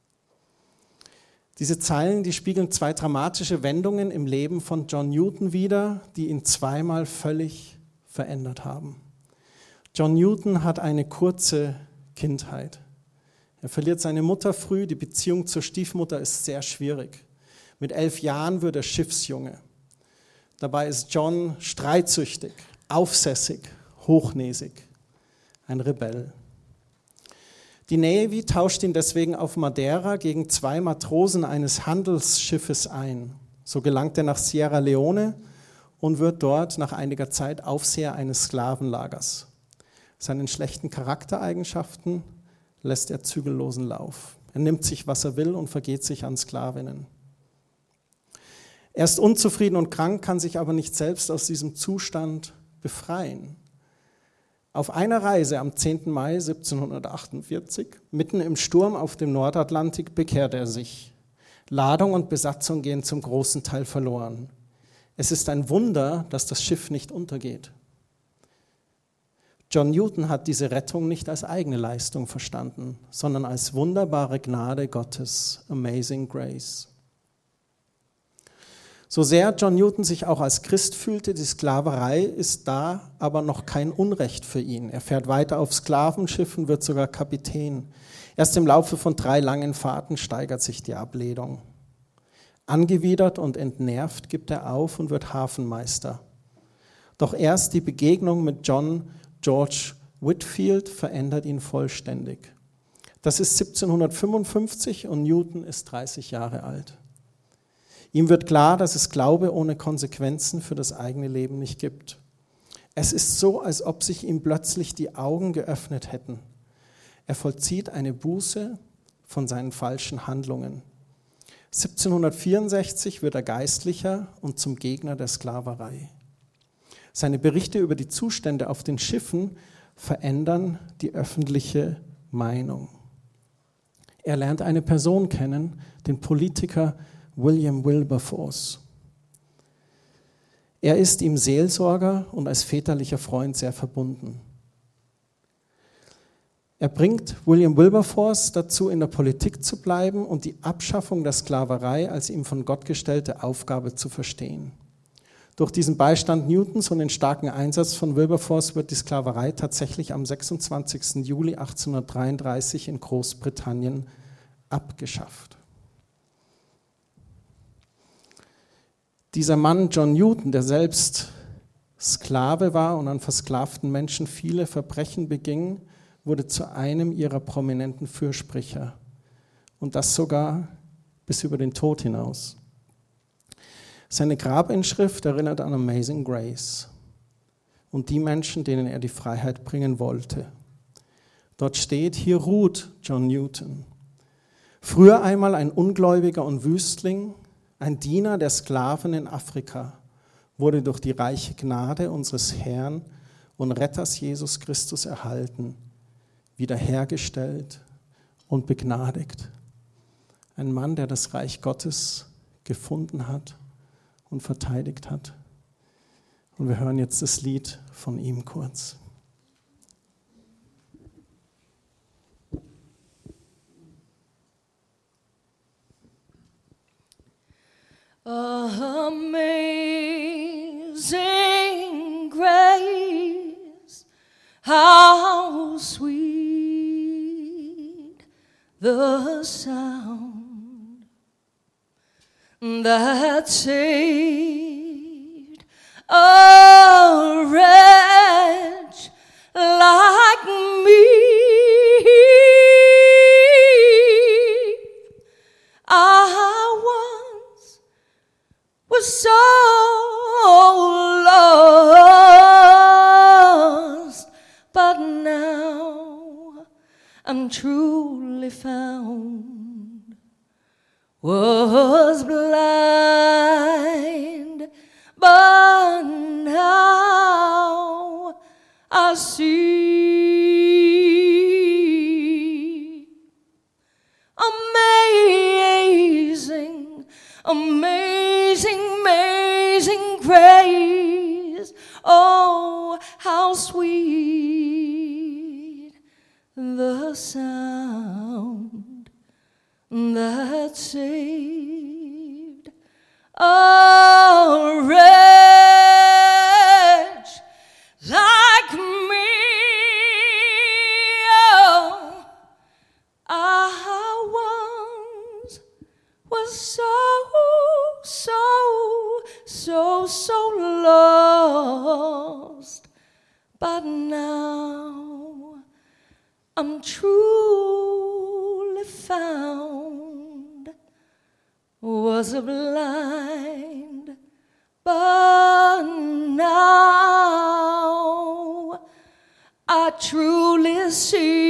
Diese Zeilen, die spiegeln 2 dramatische Wendungen im Leben von John Newton wider, die ihn zweimal völlig verändert haben. John Newton hat eine kurze Kindheit. Er verliert seine Mutter früh, die Beziehung zur Stiefmutter ist sehr schwierig. Mit 11 Jahren wird er Schiffsjunge. Dabei ist John streitsüchtig, aufsässig, hochnäsig, ein Rebell. Die Navy tauscht ihn deswegen auf Madeira gegen 2 Matrosen eines Handelsschiffes ein. So gelangt er nach Sierra Leone und wird dort nach einiger Zeit Aufseher eines Sklavenlagers. Seinen schlechten Charaktereigenschaften lässt er zügellosen Lauf. Er nimmt sich, was er will und vergeht sich an Sklavinnen. Er ist unzufrieden und krank, kann sich aber nicht selbst aus diesem Zustand befreien. Auf einer Reise am 10. Mai 1748, mitten im Sturm auf dem Nordatlantik, bekehrt er sich. Ladung und Besatzung gehen zum großen Teil verloren. Es ist ein Wunder, dass das Schiff nicht untergeht. John Newton hat diese Rettung nicht als eigene Leistung verstanden, sondern als wunderbare Gnade Gottes, Amazing Grace. So sehr John Newton sich auch als Christ fühlte, die Sklaverei ist da aber noch kein Unrecht für ihn. Er fährt weiter auf Sklavenschiffen, wird sogar Kapitän. Erst im Laufe von 3 langen Fahrten steigert sich die Ablehnung. Angewidert und entnervt gibt er auf und wird Hafenmeister. Doch erst die Begegnung mit John George Whitefield verändert ihn vollständig. Das ist 1755 und Newton ist 30 Jahre alt. Ihm wird klar, dass es Glaube ohne Konsequenzen für das eigene Leben nicht gibt. Es ist so, als ob sich ihm plötzlich die Augen geöffnet hätten. Er vollzieht eine Buße von seinen falschen Handlungen. 1764 wird er Geistlicher und zum Gegner der Sklaverei. Seine Berichte über die Zustände auf den Schiffen verändern die öffentliche Meinung. Er lernt eine Person kennen, den Politiker William Wilberforce. Er ist ihm Seelsorger und als väterlicher Freund sehr verbunden. Er bringt William Wilberforce dazu, in der Politik zu bleiben und die Abschaffung der Sklaverei als ihm von Gott gestellte Aufgabe zu verstehen. Durch diesen Beistand Newtons und den starken Einsatz von Wilberforce wird die Sklaverei tatsächlich am 26. Juli 1833 in Großbritannien abgeschafft. Dieser Mann, John Newton, der selbst Sklave war und an versklavten Menschen viele Verbrechen beging, wurde zu einem ihrer prominenten Fürsprecher. Und das sogar bis über den Tod hinaus. Seine Grabinschrift erinnert an Amazing Grace und die Menschen, denen er die Freiheit bringen wollte. Dort steht, hier ruht John Newton. Früher einmal ein Ungläubiger und Wüstling, ein Diener der Sklaven in Afrika, wurde durch die reiche Gnade unseres Herrn und Retters Jesus Christus erhalten, wiederhergestellt und begnadigt. Ein Mann, der das Reich Gottes gefunden hat und verteidigt hat. Und wir hören jetzt das Lied von ihm kurz. Amazing grace, how sweet the sound that saved a wretch like me. Was so lost, but now I'm truly found. Was blind, but now I see. Amazing, amazing, amazing grace. Oh, how sweet the sound that saved a wretch like me. Oh, I was so lost, but now I'm truly found, was a blind, but now I truly see